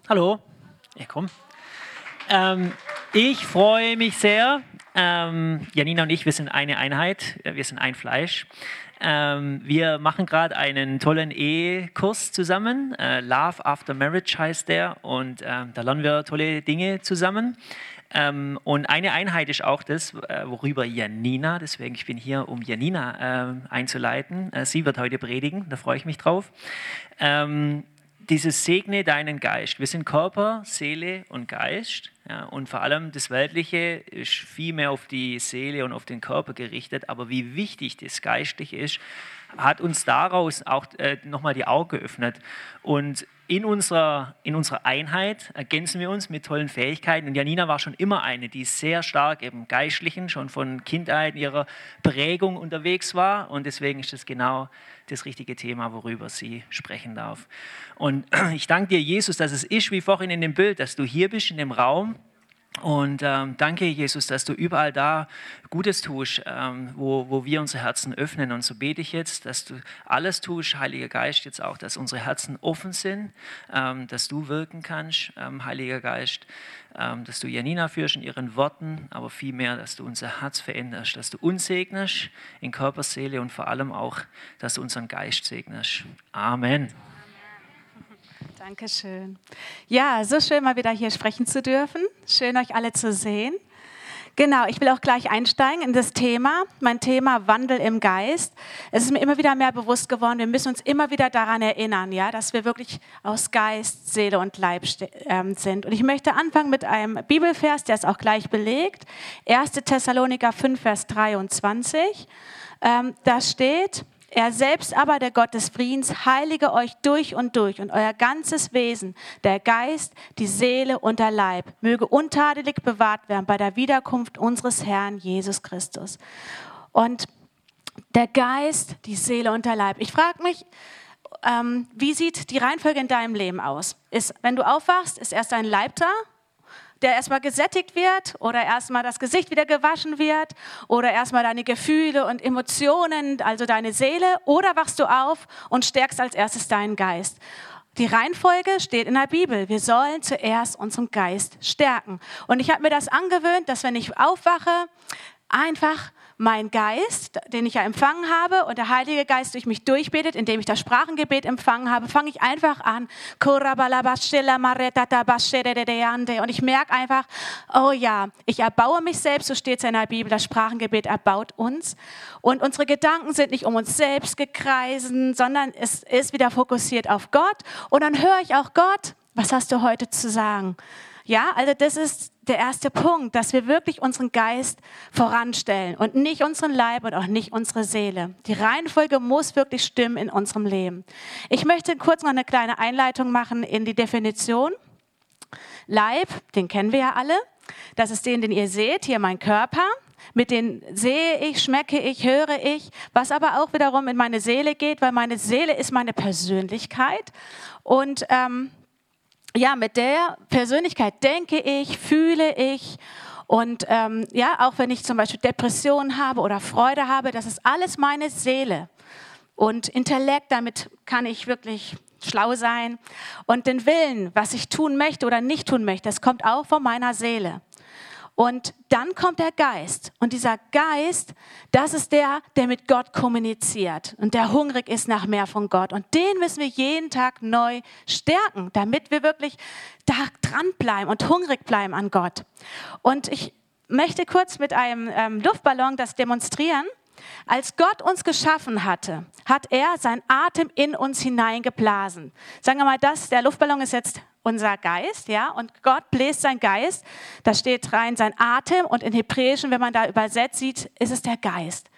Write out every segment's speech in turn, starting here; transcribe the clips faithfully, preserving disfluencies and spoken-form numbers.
Hallo. Ja, komm. Ähm, ich freue mich sehr. Ähm, Janina und ich, wir sind eine Einheit. Wir sind ein Fleisch. Ähm, wir machen gerade einen tollen Ehekurs zusammen. Äh, Love After Marriage heißt der. Und ähm, da lernen wir tolle Dinge zusammen. Ähm, und eine Einheit ist auch das, äh, worüber Janina, deswegen ich bin hier, um Janina äh, einzuleiten. Äh, sie wird heute predigen, da freue ich mich drauf. Ähm, Dieses Segne deinen Geist. Wir sind Körper, Seele und Geist. Ja, und vor allem das Weltliche ist viel mehr auf die Seele und auf den Körper gerichtet. Aber wie wichtig das Geistliche ist, hat uns daraus auch äh, nochmal die Augen geöffnet. Und in unserer, in unserer Einheit ergänzen wir uns mit tollen Fähigkeiten. Und Janina war schon immer eine, die sehr stark im Geistlichen, schon von Kindheit in ihrer Prägung unterwegs war. Und deswegen ist das genau das richtige Thema, worüber sie sprechen darf. Und ich danke dir, Jesus, dass es ist, wie vorhin in dem Bild, dass du hier bist in dem Raum. Und ähm, danke, Jesus, dass du überall da Gutes tust, ähm, wo, wo wir unsere Herzen öffnen. Und so bete ich jetzt, dass du alles tust, Heiliger Geist, jetzt auch, dass unsere Herzen offen sind, ähm, dass du wirken kannst, ähm, Heiliger Geist, ähm, dass du Janina führst in ihren Worten, aber vielmehr, dass du unser Herz veränderst, dass du uns segnest in Körper, Seele und vor allem auch, dass du unseren Geist segnest. Amen. Dankeschön. Ja, so schön mal wieder hier sprechen zu dürfen. Schön, euch alle zu sehen. Genau, ich will auch gleich einsteigen in das Thema, mein Thema Wandel im Geist. Es ist mir immer wieder mehr bewusst geworden, wir müssen uns immer wieder daran erinnern, ja, dass wir wirklich aus Geist, Seele und Leib äh, sind. Und ich möchte anfangen mit einem Bibelvers, der ist auch gleich belegt. erster Thessaloniker fünf, Vers dreiundzwanzig. Ähm, da steht: Er selbst aber, der Gott des Friedens, heilige euch durch und durch und euer ganzes Wesen, der Geist, die Seele und der Leib, möge untadelig bewahrt werden bei der Wiederkunft unseres Herrn Jesus Christus. Und der Geist, die Seele und der Leib. Ich frage mich, ähm, wie sieht die Reihenfolge in deinem Leben aus? Ist, wenn du aufwachst, ist erst dein Leib da, der erstmal gesättigt wird oder erstmal das Gesicht wieder gewaschen wird oder erstmal deine Gefühle und Emotionen, also deine Seele, oder wachst du auf und stärkst als erstes deinen Geist? Die Reihenfolge steht in der Bibel. Wir sollen zuerst unseren Geist stärken. Und ich habe mir das angewöhnt, dass wenn ich aufwache, einfach mein Geist, den ich ja empfangen habe und der Heilige Geist durch mich durchbetet, indem ich das Sprachengebet empfangen habe, fange ich einfach an. Und ich merke einfach, oh ja, ich erbaue mich selbst, so steht es in der Bibel, das Sprachengebet erbaut uns. Und unsere Gedanken sind nicht um uns selbst gekreisen, sondern es ist wieder fokussiert auf Gott. Und dann höre ich auch Gott, was hast du heute zu sagen? Ja, also das ist der erste Punkt, dass wir wirklich unseren Geist voranstellen und nicht unseren Leib und auch nicht unsere Seele. Die Reihenfolge muss wirklich stimmen in unserem Leben. Ich möchte kurz noch eine kleine Einleitung machen in die Definition. Leib, den kennen wir ja alle. Das ist den, den ihr seht, hier mein Körper. Mit denen sehe ich, schmecke ich, höre ich, was aber auch wiederum in meine Seele geht, weil meine Seele ist meine Persönlichkeit. Und ähm, ja, mit der Persönlichkeit denke ich, fühle ich und ähm, ja, auch wenn ich zum Beispiel Depressionen habe oder Freude habe, das ist alles meine Seele. Und Intellekt, damit kann ich wirklich schlau sein. Und den Willen, was ich tun möchte oder nicht tun möchte, das kommt auch von meiner Seele. Und dann kommt der Geist. Und dieser Geist, das ist der, der mit Gott kommuniziert und der hungrig ist nach mehr von Gott. Und den müssen wir jeden Tag neu stärken, damit wir wirklich da dranbleiben und hungrig bleiben an Gott. Und ich möchte kurz mit einem ähm, Luftballon das demonstrieren. Als Gott uns geschaffen hatte, hat er seinen Atem in uns hineingeblasen. Sagen wir mal, das, der Luftballon ist jetzt unser Geist, ja, und Gott bläst sein Geist, da steht rein sein Atem und in Hebräischen, wenn man da übersetzt sieht, ist es der Geist.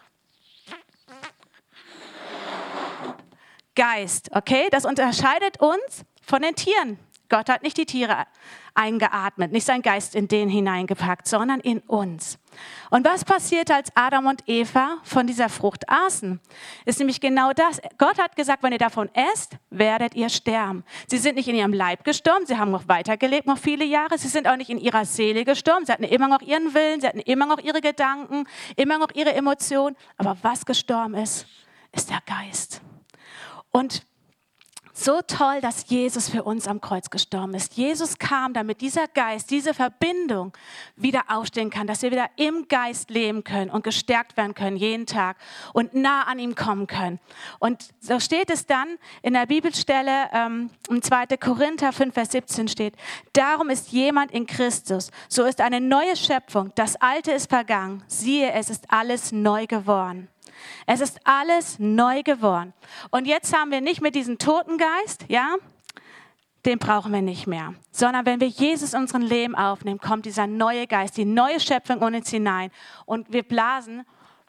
Geist, okay, das unterscheidet uns von den Tieren. Gott hat nicht die Tiere eingeatmet, nicht seinen Geist in den hineingepackt, sondern in uns. Und was passierte, als Adam und Eva von dieser Frucht aßen? Ist nämlich genau das. Gott hat gesagt, wenn ihr davon esst, werdet ihr sterben. Sie sind nicht in ihrem Leib gestorben, sie haben noch weitergelebt, noch viele Jahre. Sie sind auch nicht in ihrer Seele gestorben, sie hatten immer noch ihren Willen, sie hatten immer noch ihre Gedanken, immer noch ihre Emotionen. Aber was gestorben ist, ist der Geist. Und so toll, dass Jesus für uns am Kreuz gestorben ist. Jesus kam, damit dieser Geist, diese Verbindung wieder aufstehen kann, dass wir wieder im Geist leben können und gestärkt werden können jeden Tag und nah an ihm kommen können. Und so steht es dann in der Bibelstelle, ähm, im zweiten Korinther fünf, Vers siebzehn steht, darum ist jemand in Christus, so ist eine neue Schöpfung, das Alte ist vergangen, siehe, es ist alles neu geworden. Es ist alles neu geworden. Und jetzt haben wir nicht mehr diesen Totengeist, ja, den brauchen wir nicht mehr. Sondern wenn wir Jesus in unserem Leben aufnehmen, kommt dieser neue Geist, die neue Schöpfung in uns hinein. Und wir blasen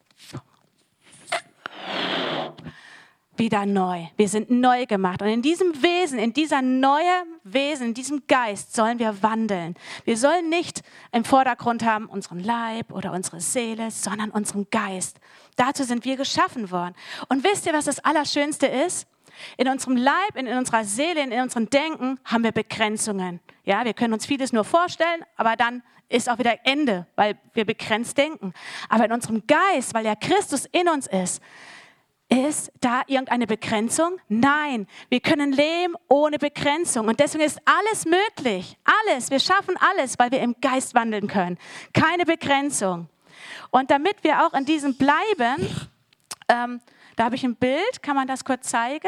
wieder neu. Wir sind neu gemacht. Und in diesem Wesen, in dieser neuen Wesen, in diesem Geist sollen wir wandeln. Wir sollen nicht im Vordergrund haben unseren Leib oder unsere Seele, sondern unseren Geist. Dazu sind wir geschaffen worden. Und wisst ihr, was das Allerschönste ist? In unserem Leib, in unserer Seele, in unserem Denken haben wir Begrenzungen. Ja, wir können uns vieles nur vorstellen, aber dann ist auch wieder Ende, weil wir begrenzt denken. Aber in unserem Geist, weil ja Christus in uns ist, ist da irgendeine Begrenzung? Nein, wir können leben ohne Begrenzung. Und deswegen ist alles möglich. Alles, wir schaffen alles, weil wir im Geist wandeln können. Keine Begrenzung. Und damit wir auch in diesem bleiben, ähm, da habe ich ein Bild, kann man das kurz zeigen?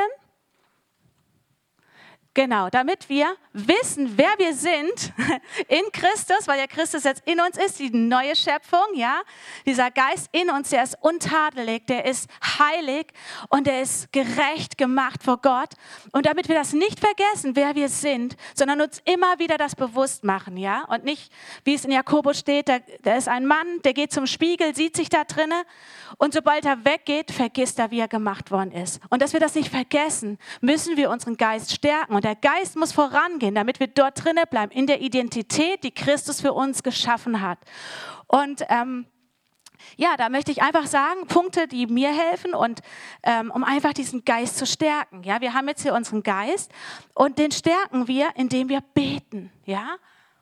Genau, damit wir wissen, wer wir sind in Christus, weil ja Christus jetzt in uns ist, die neue Schöpfung, ja. Dieser Geist in uns, der ist untadelig, der ist heilig und der ist gerecht gemacht vor Gott. Und damit wir das nicht vergessen, wer wir sind, sondern uns immer wieder das bewusst machen, ja. Und nicht, wie es in Jakobus steht, da, da ist ein Mann, der geht zum Spiegel, sieht sich da drinne und sobald er weggeht, vergisst er, wie er gemacht worden ist. Und dass wir das nicht vergessen, müssen wir unseren Geist stärken. Und der Geist muss vorangehen, damit wir dort drinnen bleiben, in der Identität, die Christus für uns geschaffen hat. Und ähm, ja, da möchte ich einfach sagen, Punkte, die mir helfen, und ähm, um einfach diesen Geist zu stärken. Ja, wir haben jetzt hier unseren Geist und den stärken wir, indem wir beten. Ja.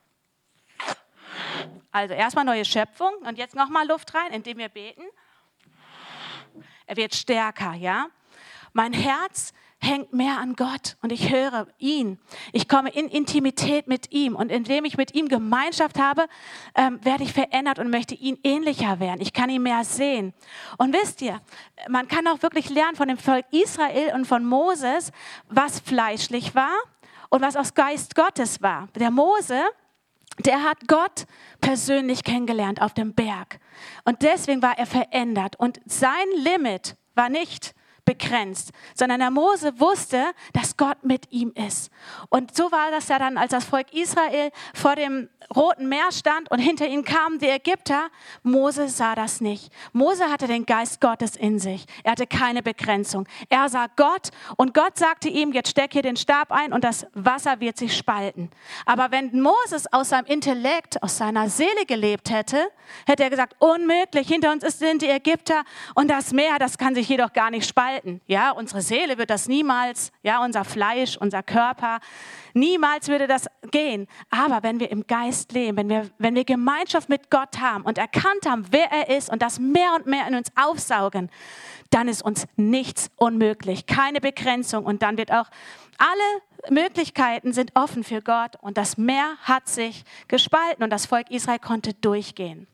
Also erstmal neue Schöpfung und jetzt nochmal Luft rein, indem wir beten. Er wird stärker, ja. Mein Herz hängt mehr an Gott und ich höre ihn. Ich komme in Intimität mit ihm und indem ich mit ihm Gemeinschaft habe, ähm, werde ich verändert und möchte ihn ähnlicher werden. Ich kann ihn mehr sehen. Und wisst ihr, man kann auch wirklich lernen von dem Volk Israel und von Moses, was fleischlich war und was aus Geist Gottes war. Der Mose, der hat Gott persönlich kennengelernt auf dem Berg. Und deswegen war er verändert. Und sein Limit war nicht begrenzt, sondern der Mose wusste, dass Gott mit ihm ist. Und so war das ja dann, als das Volk Israel vor dem Roten Meer stand und hinter ihnen kamen die Ägypter. Mose sah das nicht. Mose hatte den Geist Gottes in sich. Er hatte keine Begrenzung. Er sah Gott und Gott sagte ihm, jetzt steck hier den Stab ein und das Wasser wird sich spalten. Aber wenn Moses aus seinem Intellekt, aus seiner Seele gelebt hätte, hätte er gesagt, unmöglich, hinter uns sind die Ägypter und das Meer, das kann sich jedoch gar nicht spalten. Ja, unsere Seele wird das niemals, ja, unser Fleisch, unser Körper, niemals würde das gehen. Aber wenn wir im Geist leben, wenn wir, wenn wir Gemeinschaft mit Gott haben und erkannt haben, wer er ist und das mehr und mehr in uns aufsaugen, dann ist uns nichts unmöglich, keine Begrenzung. Und dann wird auch, alle Möglichkeiten sind offen für Gott und das Meer hat sich gespalten und das Volk Israel konnte durchgehen.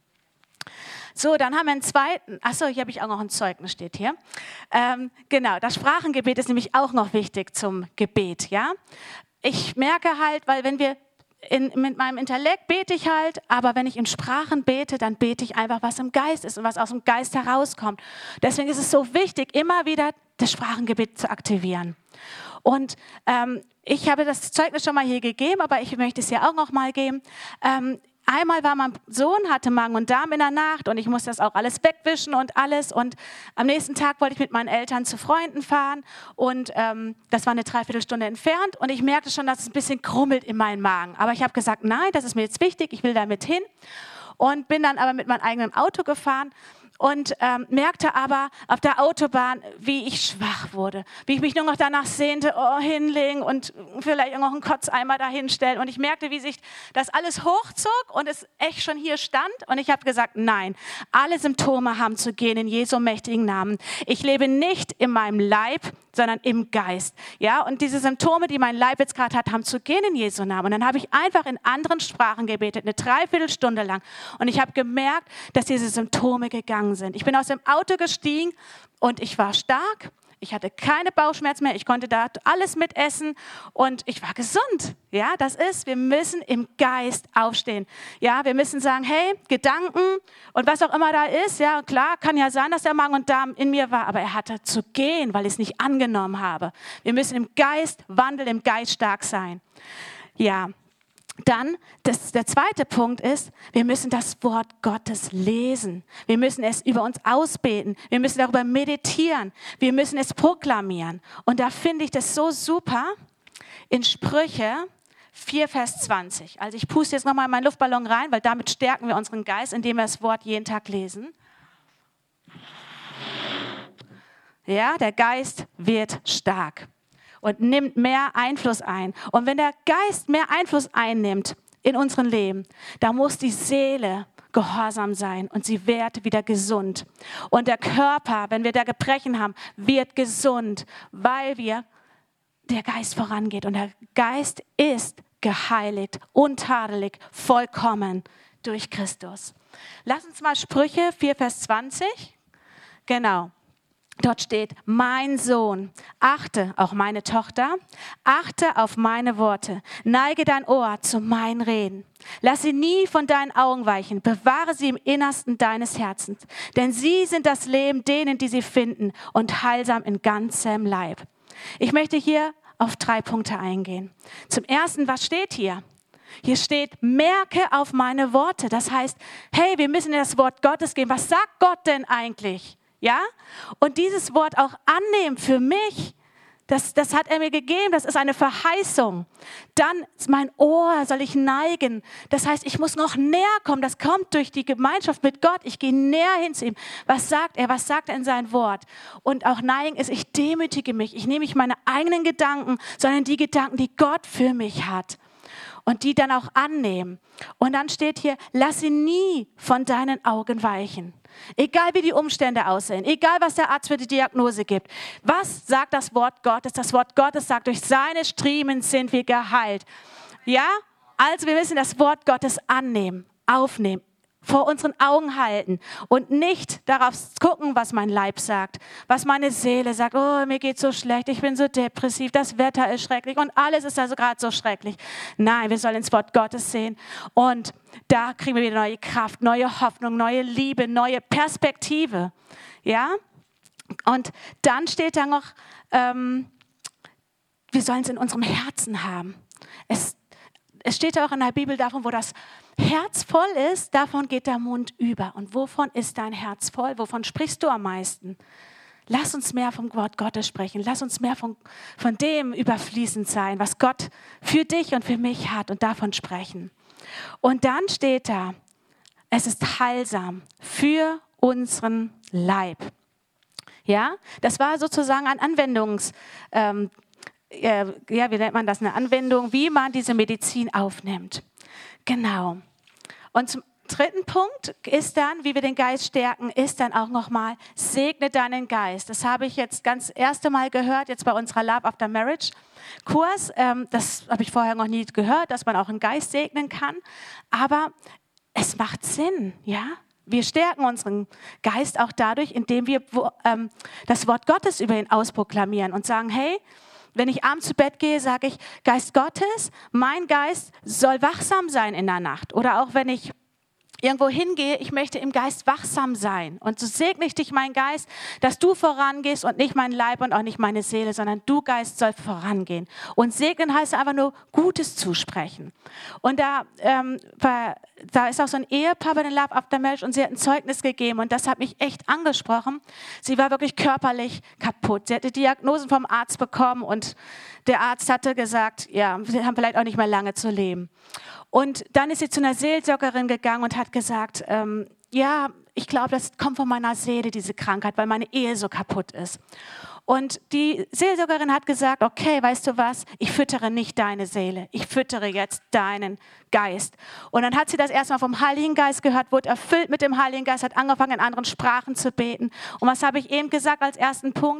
So, dann haben wir einen zweiten, achso, hier habe ich auch noch ein Zeugnis, steht hier. Ähm, genau, das Sprachengebet ist nämlich auch noch wichtig zum Gebet, ja. Ich merke halt, weil wenn wir, in, mit meinem Intellekt bete ich halt, aber wenn ich in Sprachen bete, dann bete ich einfach, was im Geist ist und was aus dem Geist herauskommt. Deswegen ist es so wichtig, immer wieder das Sprachengebet zu aktivieren. Und ähm, ich habe das Zeugnis schon mal hier gegeben, aber ich möchte es hier auch noch mal geben. Ähm, Einmal war mein Sohn, hatte Magen und Darm in der Nacht und ich musste das auch alles wegwischen und alles. Und am nächsten Tag wollte ich mit meinen Eltern zu Freunden fahren und ähm, das war eine Dreiviertelstunde entfernt und ich merkte schon, dass es ein bisschen krummelt in meinem Magen. Aber ich habe gesagt, nein, das ist mir jetzt wichtig, ich will da mit hin und bin dann aber mit meinem eigenen Auto gefahren. Und ähm, merkte aber auf der Autobahn, wie ich schwach wurde, wie ich mich nur noch danach sehnte, oh, hinlegen und vielleicht noch einen Kotzeimer dahinstellen. Und ich merkte, wie sich das alles hochzog und es echt schon hier stand. Und ich habe gesagt, nein, alle Symptome haben zu gehen in Jesu mächtigen Namen. Ich lebe nicht in meinem Leib, sondern im Geist. Ja, und diese Symptome, die mein Leib jetzt gerade hat, haben zu gehen in Jesu Namen. Und dann habe ich einfach in anderen Sprachen gebetet, eine Dreiviertelstunde lang. Und ich habe gemerkt, dass diese Symptome gegangen sind. Ich bin aus dem Auto gestiegen und ich war stark. Ich hatte keine Bauchschmerzen mehr, ich konnte da alles mitessen und ich war gesund. Ja, das ist, wir müssen im Geist aufstehen. Ja, wir müssen sagen, hey, Gedanken und was auch immer da ist, ja, klar, kann ja sein, dass der Magen und Darm in mir war, aber er hatte zu gehen, weil ich es nicht angenommen habe. Wir müssen im Geist wandeln, im Geist stark sein. Ja. Dann, das, der zweite Punkt ist, wir müssen das Wort Gottes lesen. Wir müssen es über uns ausbeten. Wir müssen darüber meditieren. Wir müssen es proklamieren. Und da finde ich das so super in Sprüche vier, Vers zwanzig. Also ich puste jetzt nochmal in meinen Luftballon rein, weil damit stärken wir unseren Geist, indem wir das Wort jeden Tag lesen. Ja, der Geist wird stark und nimmt mehr Einfluss ein. Und wenn der Geist mehr Einfluss einnimmt in unserem Leben, da muss die Seele gehorsam sein und sie wird wieder gesund. Und der Körper, wenn wir da Gebrechen haben, wird gesund, weil wir der Geist vorangeht. Und der Geist ist geheiligt, untadelig, vollkommen durch Christus. Lass uns mal Sprüche vier, Vers zwanzig. Genau. Dort steht, mein Sohn, achte, auch meine Tochter, achte auf meine Worte, neige dein Ohr zu meinen Reden. Lass sie nie von deinen Augen weichen, bewahre sie im Innersten deines Herzens, denn sie sind das Leben denen, die sie finden und heilsam in ganzem Leib. Ich möchte hier auf drei Punkte eingehen. Zum Ersten, was steht hier? Hier steht, merke auf meine Worte. Das heißt, hey, wir müssen in das Wort Gottes gehen. Was sagt Gott denn eigentlich? Ja? Und dieses Wort auch annehmen für mich, das, das hat er mir gegeben, das ist eine Verheißung. Dann mein Ohr soll ich neigen. Das heißt, ich muss noch näher kommen. Das kommt durch die Gemeinschaft mit Gott. Ich gehe näher hin zu ihm. Was sagt er? Was sagt er in sein Wort? Und auch neigen ist, ich demütige mich. Ich nehme nicht meine eigenen Gedanken, sondern die Gedanken, die Gott für mich hat. Und die dann auch annehmen. Und dann steht hier, lass sie nie von deinen Augen weichen. Egal wie die Umstände aussehen, egal was der Arzt für die Diagnose gibt. Was sagt das Wort Gottes? Das Wort Gottes sagt, durch seine Striemen sind wir geheilt. Ja? Also wir müssen das Wort Gottes annehmen, aufnehmen, vor unseren Augen halten und nicht darauf gucken, was mein Leib sagt, was meine Seele sagt. Oh, mir geht's so schlecht, ich bin so depressiv, das Wetter ist schrecklich und alles ist also gerade so schrecklich. Nein, wir sollen ins Wort Gottes sehen und da kriegen wir wieder neue Kraft, neue Hoffnung, neue Liebe, neue Perspektive. Ja? Und dann steht da noch, ähm, wir sollen es in unserem Herzen haben. Es, es steht auch in der Bibel davon, wo das Herz voll ist, davon geht der Mund über. Und wovon ist dein Herz voll? Wovon sprichst du am meisten? Lass uns mehr vom Wort Gottes sprechen. Lass uns mehr von, von dem überfließend sein, was Gott für dich und für mich hat und davon sprechen. Und dann steht da, es ist heilsam für unseren Leib. Ja, das war sozusagen ein Anwendungs, ähm, ja, wie nennt man das, eine Anwendung, wie man diese Medizin aufnimmt. Genau. Und zum dritten Punkt ist dann, wie wir den Geist stärken, ist dann auch nochmal, segne deinen Geist. Das habe ich jetzt ganz erste Mal gehört, jetzt bei unserer Love After Marriage Kurs. Ähm, das habe ich vorher noch nie gehört, dass man auch einen Geist segnen kann. Aber es macht Sinn, ja. Wir stärken unseren Geist auch dadurch, indem wir ähm, das Wort Gottes über ihn ausproklamieren und sagen, hey, wenn ich abends zu Bett gehe, sage ich, Geist Gottes, mein Geist soll wachsam sein in der Nacht. Oder auch wenn ich irgendwo hingehe, ich möchte im Geist wachsam sein. Und so segne ich dich, mein Geist, dass du vorangehst und nicht mein Leib und auch nicht meine Seele, sondern du, Geist, soll vorangehen. Und segnen heißt einfach nur Gutes zusprechen. Und da, ähm, war, da ist auch so ein Ehepaar bei den Love After Marriage und sie hat ein Zeugnis gegeben und das hat mich echt angesprochen. Sie war wirklich körperlich kaputt. Sie hatte Diagnosen vom Arzt bekommen und der Arzt hatte gesagt, ja, sie haben vielleicht auch nicht mehr lange zu leben. Und dann ist sie zu einer Seelsorgerin gegangen und hat gesagt, ähm, ja, ich glaube, das kommt von meiner Seele, diese Krankheit, weil meine Ehe so kaputt ist. Und die Seelsorgerin hat gesagt, okay, weißt du was, ich füttere nicht deine Seele, ich füttere jetzt deinen Geist. Und dann hat sie das erstmal vom Heiligen Geist gehört, wurde erfüllt mit dem Heiligen Geist, hat angefangen in anderen Sprachen zu beten. Und was habe ich eben gesagt als ersten Punkt?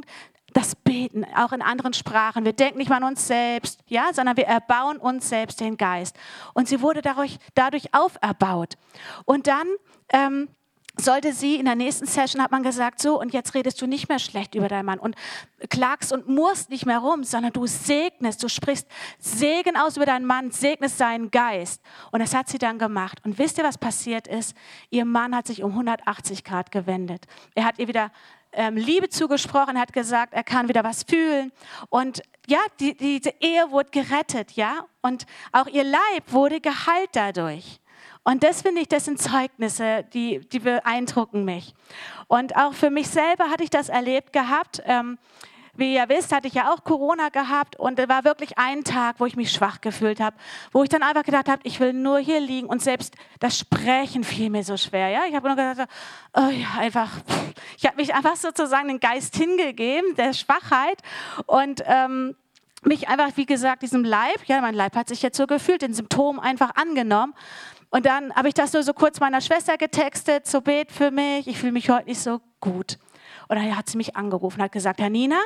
das Beten, auch in anderen Sprachen. Wir denken nicht mal an uns selbst, ja, sondern wir erbauen uns selbst den Geist. Und sie wurde dadurch, dadurch auferbaut. Und dann ähm, sollte sie, in der nächsten Session hat man gesagt, so, und jetzt redest du nicht mehr schlecht über deinen Mann und klagst und murrst nicht mehr rum, sondern du segnest, du sprichst Segen aus über deinen Mann, segnest seinen Geist. Und das hat sie dann gemacht. Und wisst ihr, was passiert ist? Ihr Mann hat sich um hundertachtzig Grad gewendet. Er hat ihr wieder ähm, Liebe zugesprochen, er hat gesagt, er kann wieder was fühlen. Und ja, die, diese Ehe wurde gerettet, ja. Und auch ihr Leib wurde geheilt dadurch. Und das finde ich, das sind Zeugnisse, die, die beeindrucken mich. Und auch für mich selber hatte ich das erlebt gehabt. Ähm, wie ihr wisst, hatte ich ja auch Corona gehabt und es war wirklich ein Tag, wo ich mich schwach gefühlt habe, wo ich dann einfach gedacht habe, ich will nur hier liegen und selbst das Sprechen fiel mir so schwer. Ja? Ich habe nur gedacht, oh ja, einfach, ich habe mich einfach sozusagen den Geist hingegeben, der Schwachheit und ähm, mich einfach, wie gesagt, diesem Leib, ja, mein Leib hat sich jetzt so gefühlt, den Symptomen einfach angenommen. Und dann habe ich das nur so kurz meiner Schwester getextet, so bet für mich, ich fühle mich heute nicht so gut. Und dann hat sie mich angerufen und hat gesagt, Janina,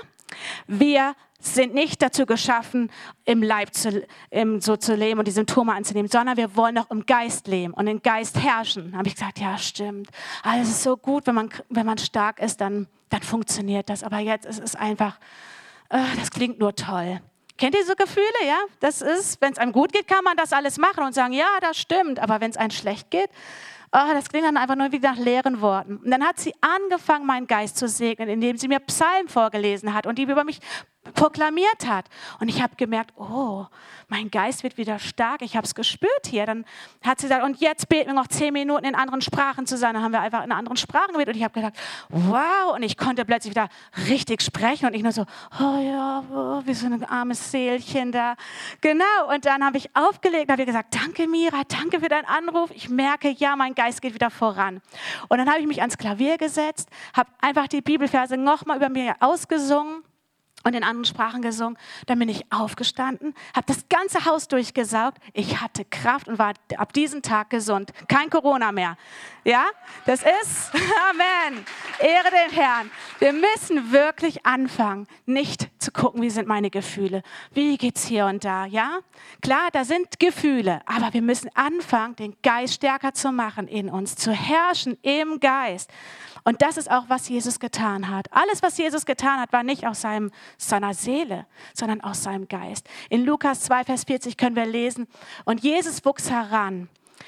wir sind nicht dazu geschaffen, im Leib zu, im, so zu leben und die Symptome anzunehmen, sondern wir wollen auch im Geist leben und im Geist herrschen. Dann habe ich gesagt, ja stimmt, alles ist so gut, wenn man, wenn man stark ist, dann, dann funktioniert das. Aber jetzt ist es einfach, äh, das klingt nur toll. Kennt ihr so Gefühle, ja? Das ist, wenn es einem gut geht, kann man das alles machen und sagen, ja, das stimmt. Aber wenn es einem schlecht geht, oh, das klingt dann einfach nur wie nach leeren Worten. Und dann hat sie angefangen, meinen Geist zu segnen, indem sie mir Psalmen vorgelesen hat und die über mich proklamiert hat. Und ich habe gemerkt, oh, mein Geist wird wieder stark. Ich habe es gespürt hier. Dann hat sie gesagt, und jetzt beten wir noch zehn Minuten in anderen Sprachen zu sein. Dann haben wir einfach in anderen Sprachen gebetet. Und ich habe gedacht, wow. Und ich konnte plötzlich wieder richtig sprechen. Und ich nur so, oh ja, oh, wie so ein armes Seelchen da. Genau. Und dann habe ich aufgelegt und habe gesagt, danke Mira, danke für deinen Anruf. Ich merke, ja, mein Geist geht wieder voran. Und dann habe ich mich ans Klavier gesetzt, habe einfach die Bibelverse nochmal über mir ausgesungen. Und in anderen Sprachen gesungen. Dann bin ich aufgestanden, habe das ganze Haus durchgesaugt. Ich hatte Kraft und war ab diesem Tag gesund. Kein Corona mehr. Ja, das ist, Amen, Ehre den Herrn. Wir müssen wirklich anfangen, nicht zu gucken, wie sind meine Gefühle, wie geht's hier und da, ja? Klar, da sind Gefühle, aber wir müssen anfangen, den Geist stärker zu machen in uns, zu herrschen im Geist. Und das ist auch, was Jesus getan hat. Alles, was Jesus getan hat, war nicht aus seinem, seiner Seele, sondern aus seinem Geist. In Lukas zwei, Vers vierzig können wir lesen, und Jesus wuchs heran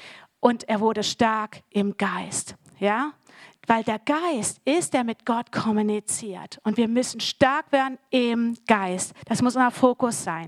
und er wurde stark im Geist. Ja? Weil der Geist ist, der mit Gott kommuniziert. Und wir müssen stark werden im Geist. Das muss unser Fokus sein.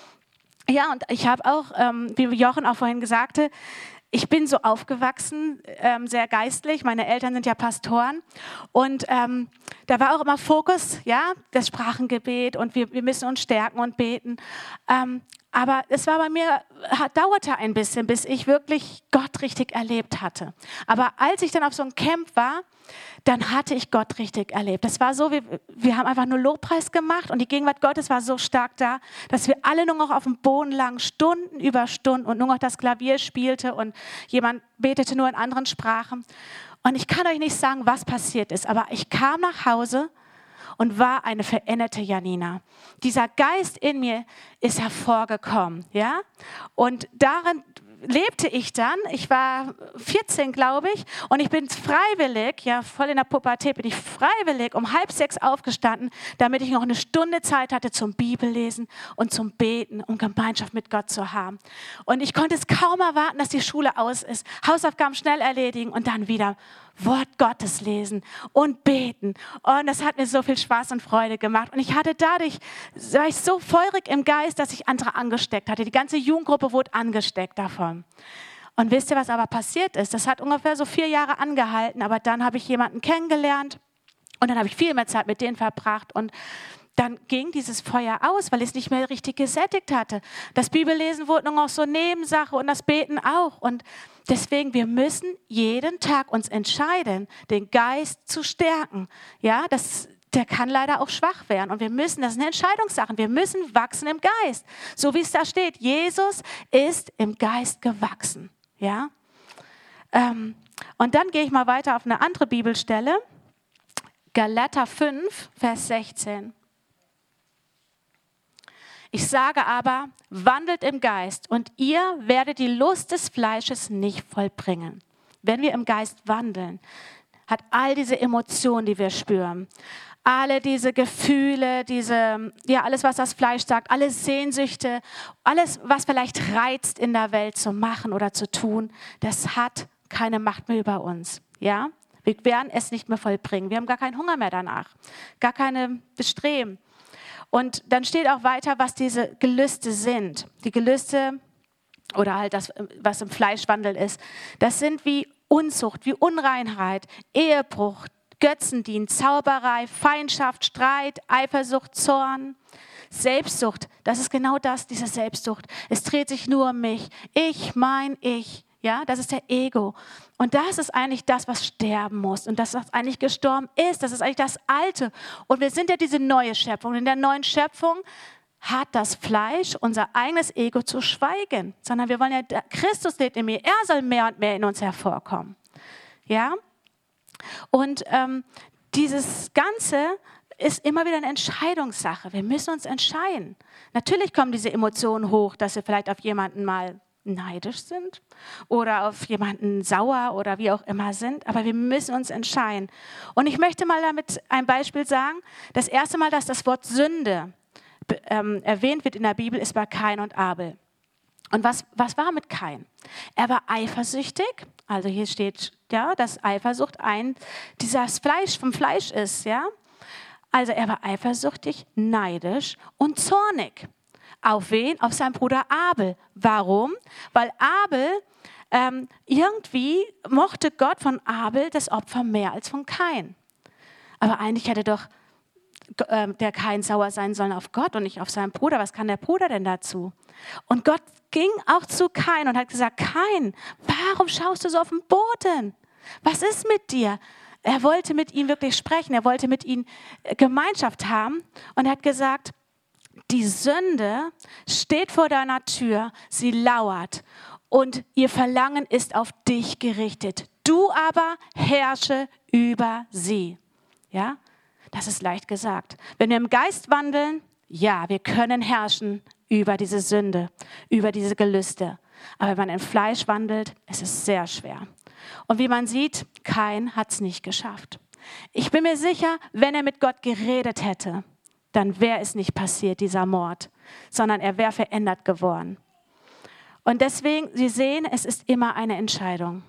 Ja, und ich habe auch, ähm, wie Jochen auch vorhin sagte, ich bin so aufgewachsen, ähm, sehr geistlich. Meine Eltern sind ja Pastoren. Und ähm, da war auch immer Fokus, ja, das Sprachengebet und wir, wir müssen uns stärken und beten. Ähm, aber es war bei mir, hat, dauerte ein bisschen, bis ich wirklich Gott richtig erlebt hatte. Aber als ich dann auf so einem Camp war, dann hatte ich Gott richtig erlebt. Das war so, wir, wir haben einfach nur Lobpreis gemacht und die Gegenwart Gottes war so stark da, dass wir alle nur noch auf dem Boden lagen, Stunden über Stunden und nur noch das Klavier spielte und jemand betete nur in anderen Sprachen. Und ich kann euch nicht sagen, was passiert ist, aber ich kam nach Hause und war eine veränderte Janina. Dieser Geist in mir ist hervorgekommen, ja? Und darin lebte ich dann, ich war vierzehn, glaube ich, und ich bin freiwillig, ja, voll in der Pubertät, bin ich freiwillig um halb sechs aufgestanden, damit ich noch eine Stunde Zeit hatte zum Bibellesen und zum Beten, um Gemeinschaft mit Gott zu haben. Und ich konnte es kaum erwarten, dass die Schule aus ist, Hausaufgaben schnell erledigen und dann wieder Wort Gottes lesen und beten. Und das hat mir so viel Spaß und Freude gemacht. Und ich hatte dadurch, war ich so feurig im Geist, dass ich andere angesteckt hatte. Die ganze Jugendgruppe wurde angesteckt davon. Und wisst ihr, was aber passiert ist? Das hat ungefähr so vier Jahre angehalten, aber dann habe ich jemanden kennengelernt und dann habe ich viel mehr Zeit mit denen verbracht und dann ging dieses Feuer aus, weil ich es nicht mehr richtig gesättigt hatte. Das Bibellesen wurde nur noch so Nebensache und das Beten auch. Und deswegen, wir müssen jeden Tag uns entscheiden, den Geist zu stärken. Ja, das, der kann leider auch schwach werden. Und wir müssen, das sind Entscheidungssachen, wir müssen wachsen im Geist. So wie es da steht, Jesus ist im Geist gewachsen. Ja? Ähm, und dann gehe ich mal weiter auf eine andere Bibelstelle. Galater fünf, Vers sechzehn. Ich sage aber, wandelt im Geist und ihr werdet die Lust des Fleisches nicht vollbringen. Wenn wir im Geist wandeln, hat all diese Emotionen, die wir spüren, alle diese Gefühle, diese, ja, alles, was das Fleisch sagt, alle Sehnsüchte, alles, was vielleicht reizt in der Welt zu machen oder zu tun, das hat keine Macht mehr über uns. Ja? Wir werden es nicht mehr vollbringen. Wir haben gar keinen Hunger mehr danach, gar keine Bestreben. Und dann steht auch weiter, was diese Gelüste sind. Die Gelüste oder halt das, was im Fleischwandel ist, das sind wie Unzucht, wie Unreinheit, Ehebruch, Götzendienst, Zauberei, Feindschaft, Streit, Eifersucht, Zorn, Selbstsucht. Das ist genau das, diese Selbstsucht. Es dreht sich nur um mich. Ich, mein Ich. Ja, das ist der Ego. Und das ist eigentlich das, was sterben muss. Und das, was eigentlich gestorben ist, das ist eigentlich das Alte. Und wir sind ja diese neue Schöpfung. Und in der neuen Schöpfung hat das Fleisch, unser eigenes Ego, zu schweigen. Sondern wir wollen ja, Christus lebt in mir. Er soll mehr und mehr in uns hervorkommen. Ja? Und ähm, dieses Ganze ist immer wieder eine Entscheidungssache. Wir müssen uns entscheiden. Natürlich kommen diese Emotionen hoch, dass wir vielleicht auf jemanden mal neidisch sind oder auf jemanden sauer oder wie auch immer sind, aber wir müssen uns entscheiden. Und ich möchte mal damit ein Beispiel sagen. Das erste Mal, dass das Wort Sünde ähm, erwähnt wird in der Bibel, ist bei Kain und Abel. Und was, was war mit Kain? Er war eifersüchtig, also hier steht, ja, dass Eifersucht ein, dieses Fleisch vom Fleisch ist, ja. Also er war eifersüchtig, neidisch und zornig. Auf wen? Auf seinen Bruder Abel. Warum? Weil Abel, ähm, irgendwie mochte Gott von Abel das Opfer mehr als von Kain. Aber eigentlich hätte doch äh, der Kain sauer sein sollen auf Gott und nicht auf seinen Bruder. Was kann der Bruder denn dazu? Und Gott ging auch zu Kain und hat gesagt, Kain, warum schaust du so auf den Boden? Was ist mit dir? Er wollte mit ihm wirklich sprechen. Er wollte mit ihm Gemeinschaft haben und er hat gesagt, die Sünde steht vor deiner Tür, sie lauert und ihr Verlangen ist auf dich gerichtet. Du aber herrsche über sie. Ja, das ist leicht gesagt. Wenn wir im Geist wandeln, ja, wir können herrschen über diese Sünde, über diese Gelüste. Aber wenn man im Fleisch wandelt, ist es sehr schwer. Und wie man sieht, Kain hat es nicht geschafft. Ich bin mir sicher, wenn er mit Gott geredet hätte, dann wäre es nicht passiert, dieser Mord, sondern er wäre verändert geworden. Und deswegen, Sie sehen, es ist immer eine Entscheidung.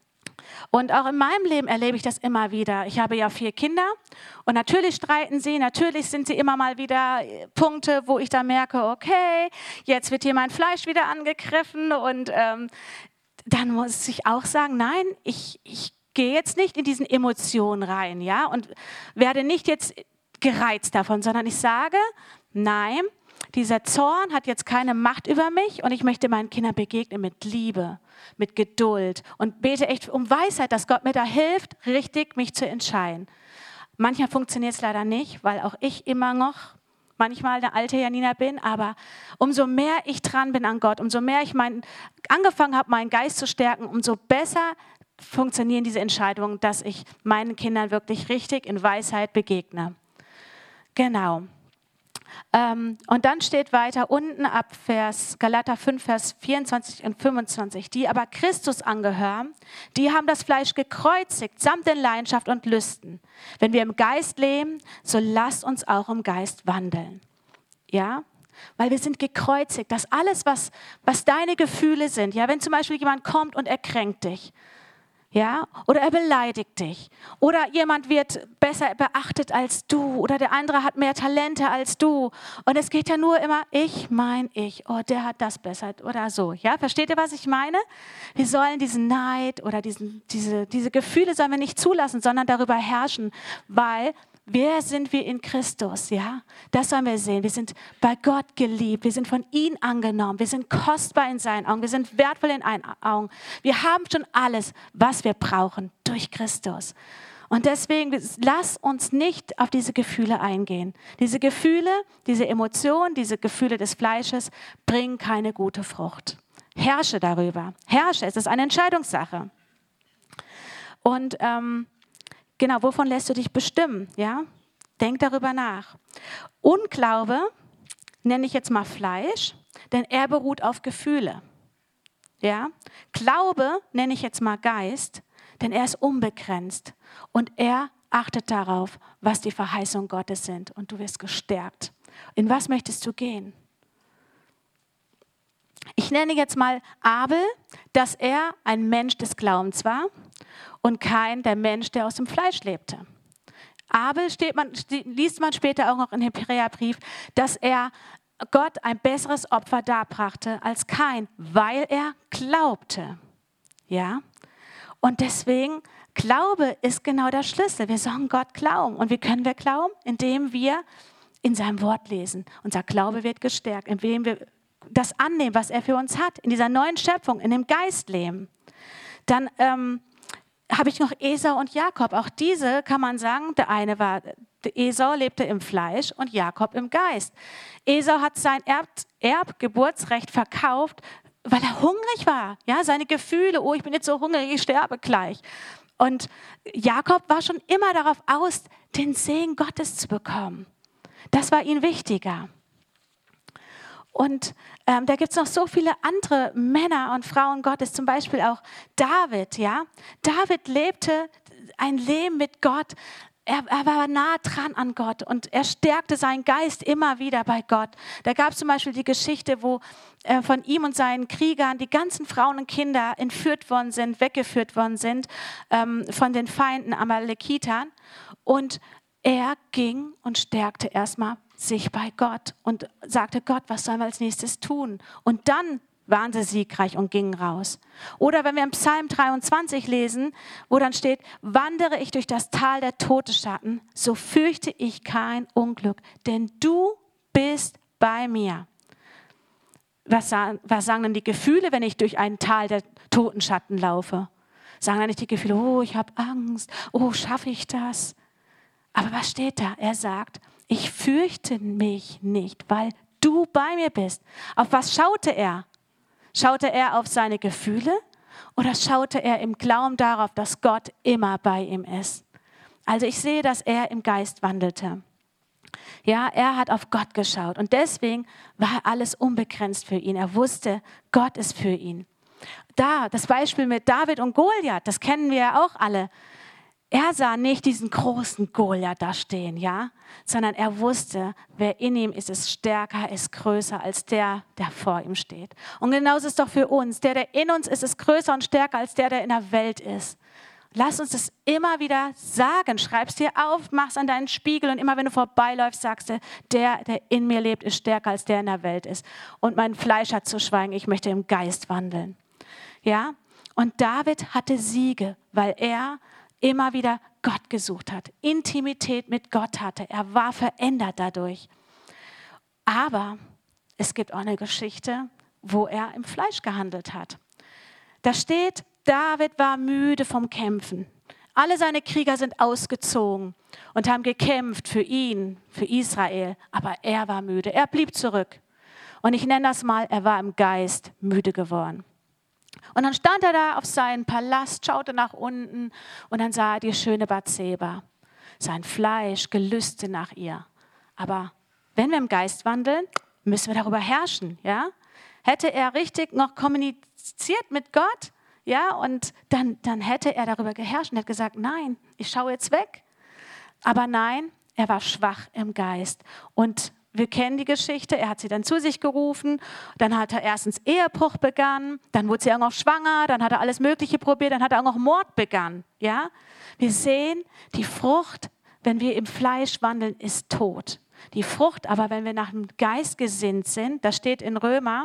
Und auch in meinem Leben erlebe ich das immer wieder. Ich habe ja vier Kinder und natürlich streiten sie, natürlich sind sie immer mal wieder Punkte, wo ich da merke, okay, jetzt wird hier mein Fleisch wieder angegriffen und ähm, dann muss ich auch sagen, nein, ich, ich gehe jetzt nicht in diesen Emotionen rein, ja, und werde nicht jetzt gereizt davon, sondern ich sage, nein, dieser Zorn hat jetzt keine Macht über mich und ich möchte meinen Kindern begegnen mit Liebe, mit Geduld und bete echt um Weisheit, dass Gott mir da hilft, richtig mich zu entscheiden. Manchmal funktioniert es leider nicht, weil auch ich immer noch manchmal eine alte Janina bin, aber umso mehr ich dran bin an Gott, umso mehr ich mein, angefangen habe, meinen Geist zu stärken, umso besser funktionieren diese Entscheidungen, dass ich meinen Kindern wirklich richtig in Weisheit begegne. Genau. Ähm, und dann steht weiter unten ab Vers Galater fünf, Vers vierundzwanzig und fünfundzwanzig. Die aber Christus angehören, die haben das Fleisch gekreuzigt, samt den Leidenschaft und Lüsten. Wenn wir im Geist leben, so lasst uns auch im Geist wandeln. Ja? Weil wir sind gekreuzigt. Das alles, was, was deine Gefühle sind. Ja? Wenn zum Beispiel jemand kommt und er kränkt dich. Ja, oder er beleidigt dich. Oder jemand wird besser beachtet als du. Oder der andere hat mehr Talente als du. Und es geht ja nur immer, ich, mein, ich. Oh, der hat das besser oder so. Ja, versteht ihr, was ich meine? Wir sollen diesen Neid oder diesen, diese, diese Gefühle sollen wir nicht zulassen, sondern darüber herrschen. Weil, wer sind wir in Christus? Ja, das sollen wir sehen. Wir sind bei Gott geliebt. Wir sind von ihm angenommen. Wir sind kostbar in seinen Augen. Wir sind wertvoll in seinen Augen. Wir haben schon alles, was wir brauchen durch Christus. Und deswegen, lass uns nicht auf diese Gefühle eingehen. Diese Gefühle, diese Emotionen, diese Gefühle des Fleisches bringen keine gute Frucht. Herrsche darüber. Herrsche, es ist eine Entscheidungssache. Und ähm, genau, wovon lässt du dich bestimmen? Ja? Denk darüber nach. Unglaube nenne ich jetzt mal Fleisch, denn er beruht auf Gefühle. Ja? Glaube nenne ich jetzt mal Geist, denn er ist unbegrenzt und er achtet darauf, was die Verheißungen Gottes sind und du wirst gestärkt. In was möchtest du gehen? Ich nenne jetzt mal Abel, dass er ein Mensch des Glaubens war und kein der Mensch, der aus dem Fleisch lebte. Abel steht man, liest man später auch noch im Hebräerbrief, dass er Gott ein besseres Opfer darbrachte als Kain, weil er glaubte. Ja? Und deswegen, Glaube ist genau der Schlüssel. Wir sollen Gott glauben. Und wie können wir glauben? Indem wir in seinem Wort lesen. Unser Glaube wird gestärkt, indem wir das annehmen, was er für uns hat, in dieser neuen Schöpfung, in dem Geist leben. Dann ähm, habe ich noch Esau und Jakob. Auch diese kann man sagen, der eine war, der Esau lebte im Fleisch und Jakob im Geist. Esau hat sein Erb, Erbgeburtsrecht verkauft, weil er hungrig war. Ja, seine Gefühle, oh, ich bin jetzt so hungrig, ich sterbe gleich. Und Jakob war schon immer darauf aus, den Segen Gottes zu bekommen. Das war ihm wichtiger. Und ähm, da gibt es noch so viele andere Männer und Frauen Gottes, zum Beispiel auch David. Ja? David lebte ein Leben mit Gott. Er, er war nah dran an Gott und er stärkte seinen Geist immer wieder bei Gott. Da gab es zum Beispiel die Geschichte, wo äh, von ihm und seinen Kriegern die ganzen Frauen und Kinder entführt worden sind, weggeführt worden sind ähm, von den Feinden Amalekitern. Und er ging und stärkte erstmal sich bei Gott und sagte, Gott, was sollen wir als nächstes tun? Und dann waren sie siegreich und gingen raus. Oder wenn wir im Psalm dreiundzwanzig lesen, wo dann steht, wandere ich durch das Tal der Todesschatten, so fürchte ich kein Unglück, denn du bist bei mir. Was sagen, was sagen denn die Gefühle, wenn ich durch ein Tal der Totenschatten laufe? Sagen dann nicht die Gefühle, oh, ich habe Angst, oh, schaffe ich das? Aber was steht da? Er sagt, ich fürchte mich nicht, weil du bei mir bist. Auf was schaute er? Schaute er auf seine Gefühle oder schaute er im Glauben darauf, dass Gott immer bei ihm ist? Also ich sehe, dass er im Geist wandelte. Ja, er hat auf Gott geschaut und deswegen war alles unbegrenzt für ihn. Er wusste, Gott ist für ihn. Da, das Beispiel mit David und Goliath, das kennen wir ja auch alle. Er sah nicht diesen großen Goliath da stehen, ja, sondern er wusste, wer in ihm ist, ist stärker, ist größer als der, der vor ihm steht. Und genauso ist es doch für uns. Der, der in uns ist, ist größer und stärker als der, der in der Welt ist. Lass uns das immer wieder sagen. Schreib es dir auf, mach es an deinen Spiegel und immer wenn du vorbeiläufst, sagst du, der, der in mir lebt, ist stärker als der in der Welt ist. Und mein Fleisch hat zu schweigen, ich möchte im Geist wandeln. Ja? Und David hatte Siege, weil er immer wieder Gott gesucht hat, Intimität mit Gott hatte. Er war verändert dadurch. Aber es gibt auch eine Geschichte, wo er im Fleisch gehandelt hat. Da steht, David war müde vom Kämpfen. Alle seine Krieger sind ausgezogen und haben gekämpft für ihn, für Israel. Aber er war müde, er blieb zurück. Und ich nenne das mal, er war im Geist müde geworden. Und dann stand er da auf seinem Palast, schaute nach unten und dann sah er die schöne Bathseba. Sein Fleisch gelüste nach ihr. Aber wenn wir im Geist wandeln, müssen wir darüber herrschen. Ja? Hätte er richtig noch kommuniziert mit Gott, ja, und dann, dann hätte er darüber geherrscht und hätte gesagt, nein, ich schaue jetzt weg. Aber nein, er war schwach im Geist. Und wir kennen die Geschichte, er hat sie dann zu sich gerufen, dann hat er erstens Ehebruch begangen, dann wurde sie auch noch schwanger, dann hat er alles Mögliche probiert, dann hat er auch noch Mord begangen. Ja? Wir sehen, die Frucht, wenn wir im Fleisch wandeln, ist tot. Die Frucht aber, wenn wir nach dem Geist gesinnt sind, das steht in Römer,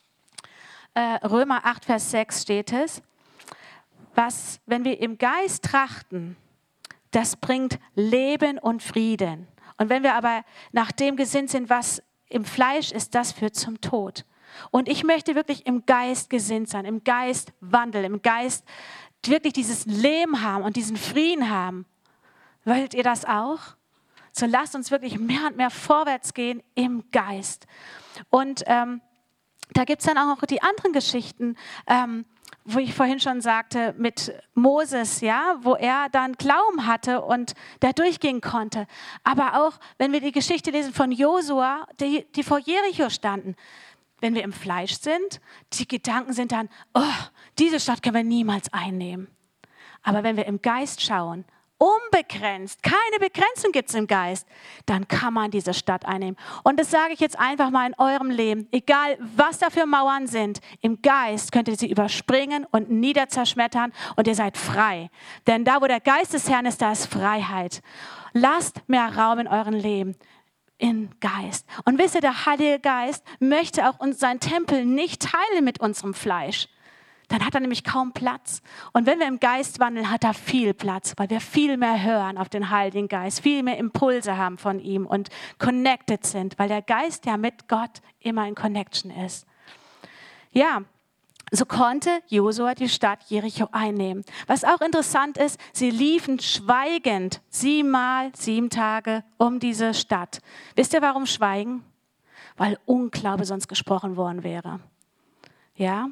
äh, Römer acht, Vers sechs steht es, was, wenn wir im Geist trachten, das bringt Leben und Frieden. Und wenn wir aber nach dem gesinnt sind, was im Fleisch ist, das führt zum Tod. Und ich möchte wirklich im Geist gesinnt sein, im Geist wandeln, im Geist wirklich dieses Leben haben und diesen Frieden haben. Wollt ihr das auch? So lasst uns wirklich mehr und mehr vorwärts gehen im Geist. Und ähm, da gibt es dann auch noch die anderen Geschichten, ähm, wo ich vorhin schon sagte, mit Moses, ja, wo er dann Glauben hatte und da durchgehen konnte. Aber auch, wenn wir die Geschichte lesen von Josua, die, die vor Jericho standen. Wenn wir im Fleisch sind, die Gedanken sind dann, oh, diese Stadt können wir niemals einnehmen. Aber wenn wir im Geist schauen, unbegrenzt, keine Begrenzung gibt es im Geist, dann kann man diese Stadt einnehmen. Und das sage ich jetzt einfach mal in eurem Leben, egal was da für Mauern sind, im Geist könnt ihr sie überspringen und niederzerschmettern und ihr seid frei. Denn da, wo der Geist des Herrn ist, da ist Freiheit. Lasst mehr Raum in eurem Leben. In Geist. Und wisst ihr, der Heilige Geist möchte auch uns seinen Tempel nicht teilen mit unserem Fleisch. Dann hat er nämlich kaum Platz. Und wenn wir im Geist wandeln, hat er viel Platz, weil wir viel mehr hören auf den Heiligen Geist, viel mehr Impulse haben von ihm und connected sind, weil der Geist ja mit Gott immer in Connection ist. Ja, so konnte Josua die Stadt Jericho einnehmen. Was auch interessant ist, sie liefen schweigend siebenmal, sieben Tage um diese Stadt. Wisst ihr, warum schweigen? Weil Unglaube sonst gesprochen worden wäre. Ja?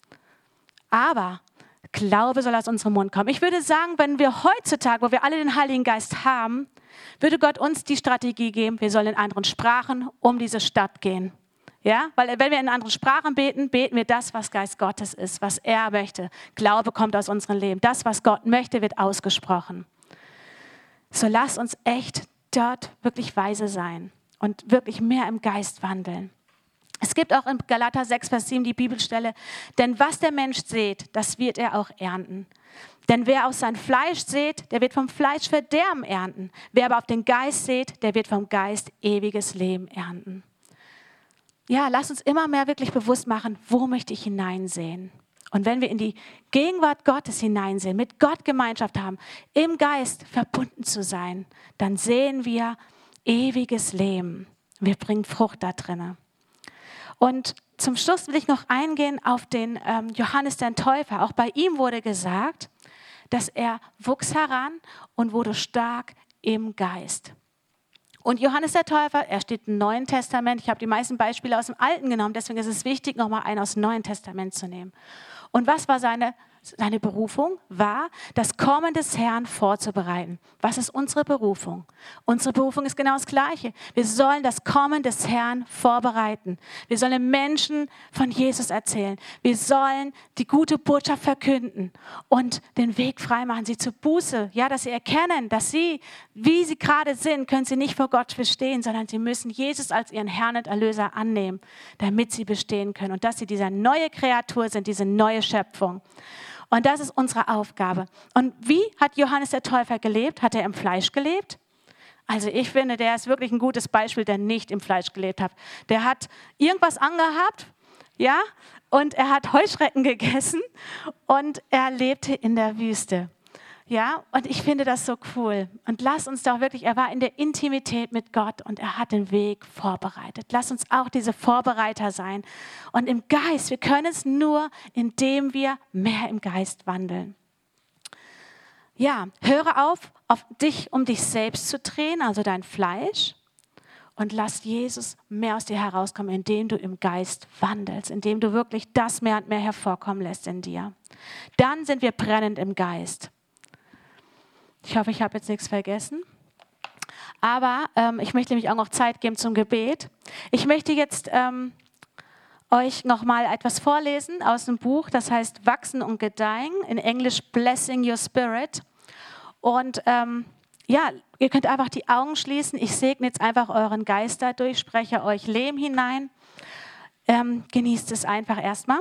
Aber Glaube soll aus unserem Mund kommen. Ich würde sagen, wenn wir heutzutage, wo wir alle den Heiligen Geist haben, würde Gott uns die Strategie geben, wir sollen in anderen Sprachen um diese Stadt gehen. Ja, weil wenn wir in anderen Sprachen beten, beten wir das, was Geist Gottes ist, was er möchte. Glaube kommt aus unserem Leben. Das, was Gott möchte, wird ausgesprochen. So lasst uns echt dort wirklich weise sein und wirklich mehr im Geist wandeln. Es gibt auch in Galater sechs, Vers sieben die Bibelstelle, denn was der Mensch sät, das wird er auch ernten. Denn wer aus sein Fleisch sät, der wird vom Fleisch Verderben ernten. Wer aber auf den Geist sät, der wird vom Geist ewiges Leben ernten. Ja, lass uns immer mehr wirklich bewusst machen, wo möchte ich hineinsehen? Und wenn wir in die Gegenwart Gottes hineinsehen, mit Gott Gemeinschaft haben, im Geist verbunden zu sein, dann sehen wir ewiges Leben. Wir bringen Frucht da drin. Und zum Schluss will ich noch eingehen auf den ähm, Johannes den Täufer. Auch bei ihm wurde gesagt, dass er wuchs heran und wurde stark im Geist. Und Johannes der Täufer, er steht im Neuen Testament. Ich habe die meisten Beispiele aus dem Alten genommen, deswegen ist es wichtig, nochmal einen aus dem Neuen Testament zu nehmen. Und was war seine, seine Berufung? War, das Kommen des Herrn vorzubereiten. Was ist unsere Berufung? Unsere Berufung ist genau das Gleiche. Wir sollen das Kommen des Herrn vorbereiten. Wir sollen Menschen von Jesus erzählen. Wir sollen die gute Botschaft verkünden und den Weg freimachen, sie zur Buße. Ja, dass sie erkennen, dass sie, wie sie gerade sind, können sie nicht vor Gott bestehen, sondern sie müssen Jesus als ihren Herrn und Erlöser annehmen, damit sie bestehen können. Und dass sie diese neue Kreatur sind, diese neue Schöpfung. Und das ist unsere Aufgabe. Und wie hat Johannes der Täufer gelebt? Hat er im Fleisch gelebt? Also ich finde, der ist wirklich ein gutes Beispiel, der nicht im Fleisch gelebt hat. Der hat irgendwas angehabt, ja, und er hat Heuschrecken gegessen und er lebte in der Wüste. Ja, und ich finde das so cool. Und lass uns doch wirklich, er war in der Intimität mit Gott und er hat den Weg vorbereitet. Lass uns auch diese Vorbereiter sein. Und im Geist, wir können es nur, indem wir mehr im Geist wandeln. Ja, höre auf, auf dich, um dich selbst zu drehen, also dein Fleisch. Und lass Jesus mehr aus dir herauskommen, indem du im Geist wandelst, indem du wirklich das mehr und mehr hervorkommen lässt in dir. Dann sind wir brennend im Geist. Ich hoffe, ich habe jetzt nichts vergessen. Aber ähm, ich möchte nämlich auch noch Zeit geben zum Gebet. Ich möchte jetzt ähm, euch nochmal etwas vorlesen aus dem Buch, das heißt Wachsen und Gedeihen, in Englisch Blessing Your Spirit. Und ähm, ja, ihr könnt einfach die Augen schließen. Ich segne jetzt einfach euren Geist dadurch, spreche euch Leben hinein. Ähm, genießt es einfach erstmal.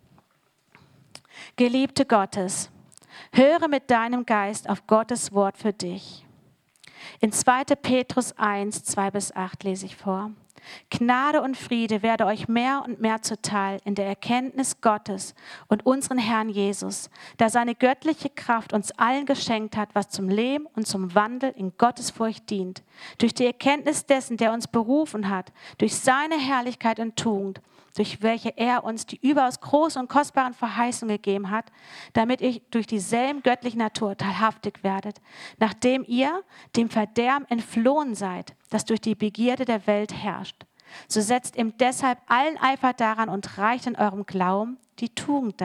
Geliebte Gottes, höre mit deinem Geist auf Gottes Wort für dich. In zweiter Petrus eins, zwei bis acht lese ich vor. Gnade und Friede werde euch mehr und mehr zuteil in der Erkenntnis Gottes und unseren Herrn Jesus, da seine göttliche Kraft uns allen geschenkt hat, was zum Leben und zum Wandel in Gottesfurcht dient. Durch die Erkenntnis dessen, der uns berufen hat, durch seine Herrlichkeit und Tugend, durch welche er uns die überaus großen und kostbaren Verheißungen gegeben hat, damit ihr durch dieselben göttliche Natur teilhaftig werdet, nachdem ihr dem Verderben entflohen seid, das durch die Begierde der Welt herrscht. So setzt ihm deshalb allen Eifer daran und reicht in eurem Glauben die Tugend dar,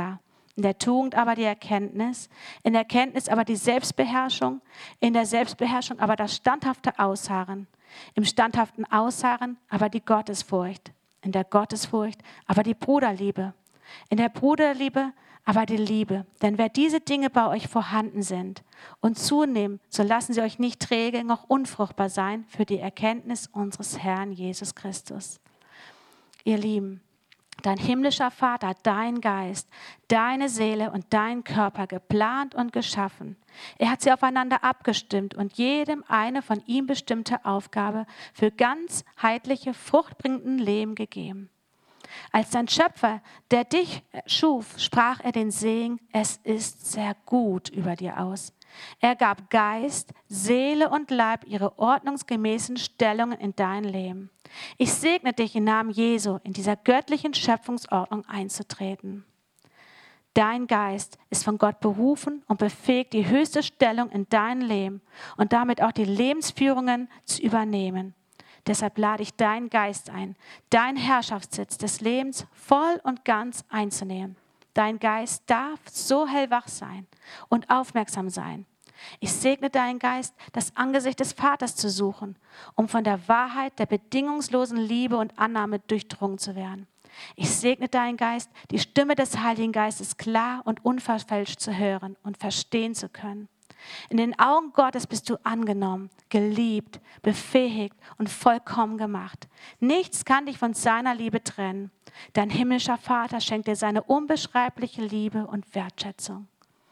in der Tugend aber die Erkenntnis, in der Erkenntnis aber die Selbstbeherrschung, in der Selbstbeherrschung aber das standhafte Ausharren, im standhaften Ausharren aber die Gottesfurcht, in der Gottesfurcht aber die Bruderliebe, in der Bruderliebe aber die Liebe. Denn wer diese Dinge bei euch vorhanden sind und zunehmen, so lassen sie euch nicht träge noch unfruchtbar sein für die Erkenntnis unseres Herrn Jesus Christus. Ihr Lieben, dein himmlischer Vater hat deinen Geist, deine Seele und deinen Körper geplant und geschaffen. Er hat sie aufeinander abgestimmt und jedem eine von ihm bestimmte Aufgabe für ganzheitliche, fruchtbringenden Leben gegeben. Als dein Schöpfer, der dich schuf, sprach er den Segen, es ist sehr gut über dir aus. Er gab Geist, Seele und Leib ihre ordnungsgemäßen Stellungen in dein Leben. Ich segne dich im Namen Jesu, in dieser göttlichen Schöpfungsordnung einzutreten. Dein Geist ist von Gott berufen und befähigt, die höchste Stellung in deinem Leben und damit auch die Lebensführungen zu übernehmen. Deshalb lade ich deinen Geist ein, deinen Herrschaftssitz des Lebens voll und ganz einzunehmen. Dein Geist darf so hellwach sein und aufmerksam sein. Ich segne deinen Geist, das Angesicht des Vaters zu suchen, um von der Wahrheit der bedingungslosen Liebe und Annahme durchdrungen zu werden. Ich segne deinen Geist, die Stimme des Heiligen Geistes klar und unverfälscht zu hören und verstehen zu können. In den Augen Gottes bist du angenommen, geliebt, befähigt und vollkommen gemacht. Nichts kann dich von seiner Liebe trennen. Dein himmlischer Vater schenkt dir seine unbeschreibliche Liebe und Wertschätzung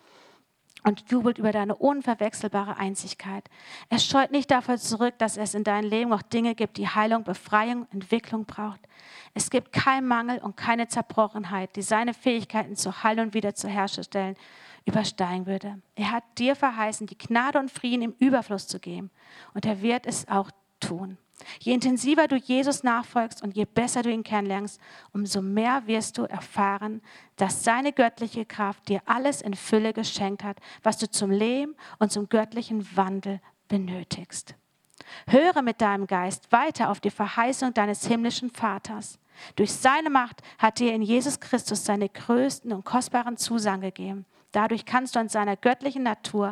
und jubelt über deine unverwechselbare Einzigkeit. Er scheut nicht dafür zurück, dass es in deinem Leben noch Dinge gibt, die Heilung, Befreiung, Entwicklung braucht. Es gibt keinen Mangel und keine Zerbrochenheit, die seine Fähigkeiten zu heilen und wieder zu herstellen übersteigen würde. Er hat dir verheißen, die Gnade und Frieden im Überfluss zu geben. Und er wird es auch tun. Je intensiver du Jesus nachfolgst und je besser du ihn kennenlernst, umso mehr wirst du erfahren, dass seine göttliche Kraft dir alles in Fülle geschenkt hat, was du zum Leben und zum göttlichen Wandel benötigst. Höre mit deinem Geist weiter auf die Verheißung deines himmlischen Vaters. Durch seine Macht hat dir in Jesus Christus seine größten und kostbaren Zusagen gegeben. Dadurch kannst du an seiner göttlichen Natur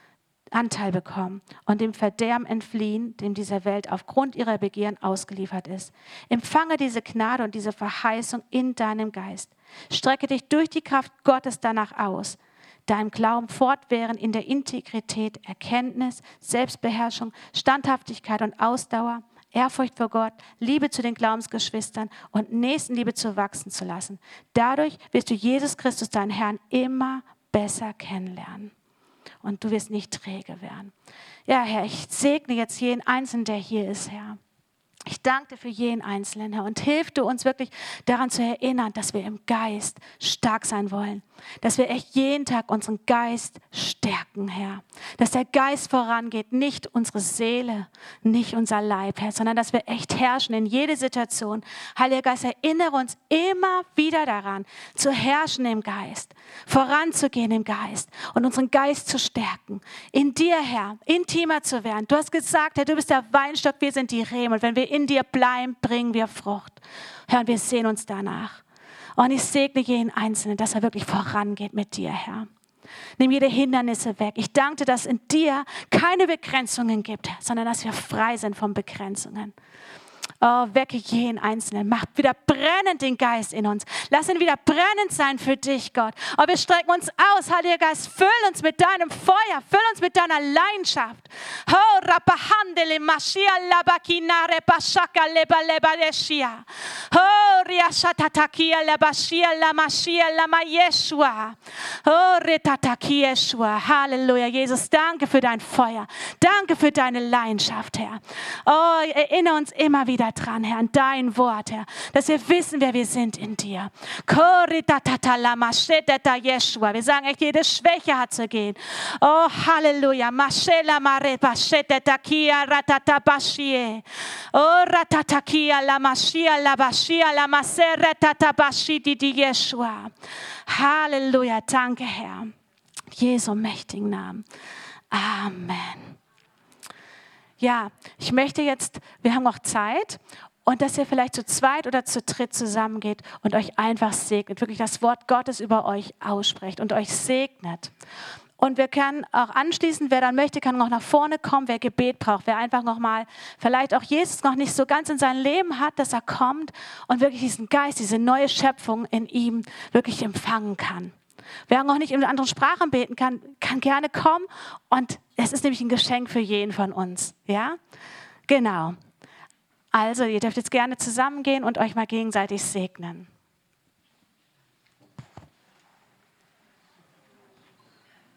Anteil bekommen und dem Verderben entfliehen, dem diese Welt aufgrund ihrer Begehren ausgeliefert ist. Empfange diese Gnade und diese Verheißung in deinem Geist. Strecke dich durch die Kraft Gottes danach aus, deinem Glauben fortwährend in der Integrität, Erkenntnis, Selbstbeherrschung, Standhaftigkeit und Ausdauer, Ehrfurcht vor Gott, Liebe zu den Glaubensgeschwistern und Nächstenliebe zu wachsen zu lassen. Dadurch wirst du Jesus Christus, deinen Herrn, immer besser kennenlernen. Und du wirst nicht träge werden. Ja, Herr, ich segne jetzt jeden Einzelnen, der hier ist, Herr. Ich danke dir für jeden Einzelnen, Herr, und hilf du uns wirklich daran zu erinnern, dass wir im Geist stark sein wollen. Dass wir echt jeden Tag unseren Geist stärken, Herr. Dass der Geist vorangeht, nicht unsere Seele, nicht unser Leib, Herr, sondern dass wir echt herrschen in jede Situation. Heiliger Geist, erinnere uns immer wieder daran, zu herrschen im Geist, voranzugehen im Geist und unseren Geist zu stärken. In dir, Herr, intimer zu werden. Du hast gesagt, Herr, du bist der Weinstock, wir sind die Reben. Und wenn wir in dir bleiben, bringen wir Frucht. Herr, und wir sehen uns danach. Und ich segne jeden Einzelnen, dass er wirklich vorangeht mit dir, Herr. Nimm jede Hindernisse weg. Ich danke dir, dass in dir keine Begrenzungen gibt, sondern dass wir frei sind von Begrenzungen. Oh, wecke jeden Einzelnen. Mach wieder brennend den Geist in uns. Lass ihn wieder brennend sein für dich, Gott. Oh, wir strecken uns aus, Heiliger Geist. Füll uns mit deinem Feuer. Füll uns mit deiner Leidenschaft. Oh, rapahandele mashia labakinare bashaka leba leba leshia. Oh, riashatatakia labashia lamashia lama Yeshua. Oh, retataki Yeshua. Halleluja, Jesus. Danke für dein Feuer. Danke für deine Leidenschaft, Herr. Oh, erinnere uns immer wieder dran, Herr, an dein Wort, Herr, dass wir wissen, wer wir sind in dir. Wir sagen echt, jede Schwäche hat zu gehen. Oh, Halleluja. Oh, ratatakia la mashia la bashia la masere tatabashi di Yeshua. Halleluja. Danke, Herr. Jesu mächtigen Namen. Amen. Ja, ich möchte jetzt, wir haben noch Zeit und dass ihr vielleicht zu zweit oder zu dritt zusammengeht und euch einfach segnet, wirklich das Wort Gottes über euch aussprecht und euch segnet. Und wir können auch anschließend, wer dann möchte, kann noch nach vorne kommen, wer Gebet braucht, wer einfach nochmal vielleicht auch Jesus noch nicht so ganz in sein Leben hat, dass er kommt und wirklich diesen Geist, diese neue Schöpfung in ihm wirklich empfangen kann. Wer noch nicht in anderen Sprachen beten kann, kann gerne kommen und es ist nämlich ein Geschenk für jeden von uns. Ja, genau. Also ihr dürft jetzt gerne zusammengehen und euch mal gegenseitig segnen.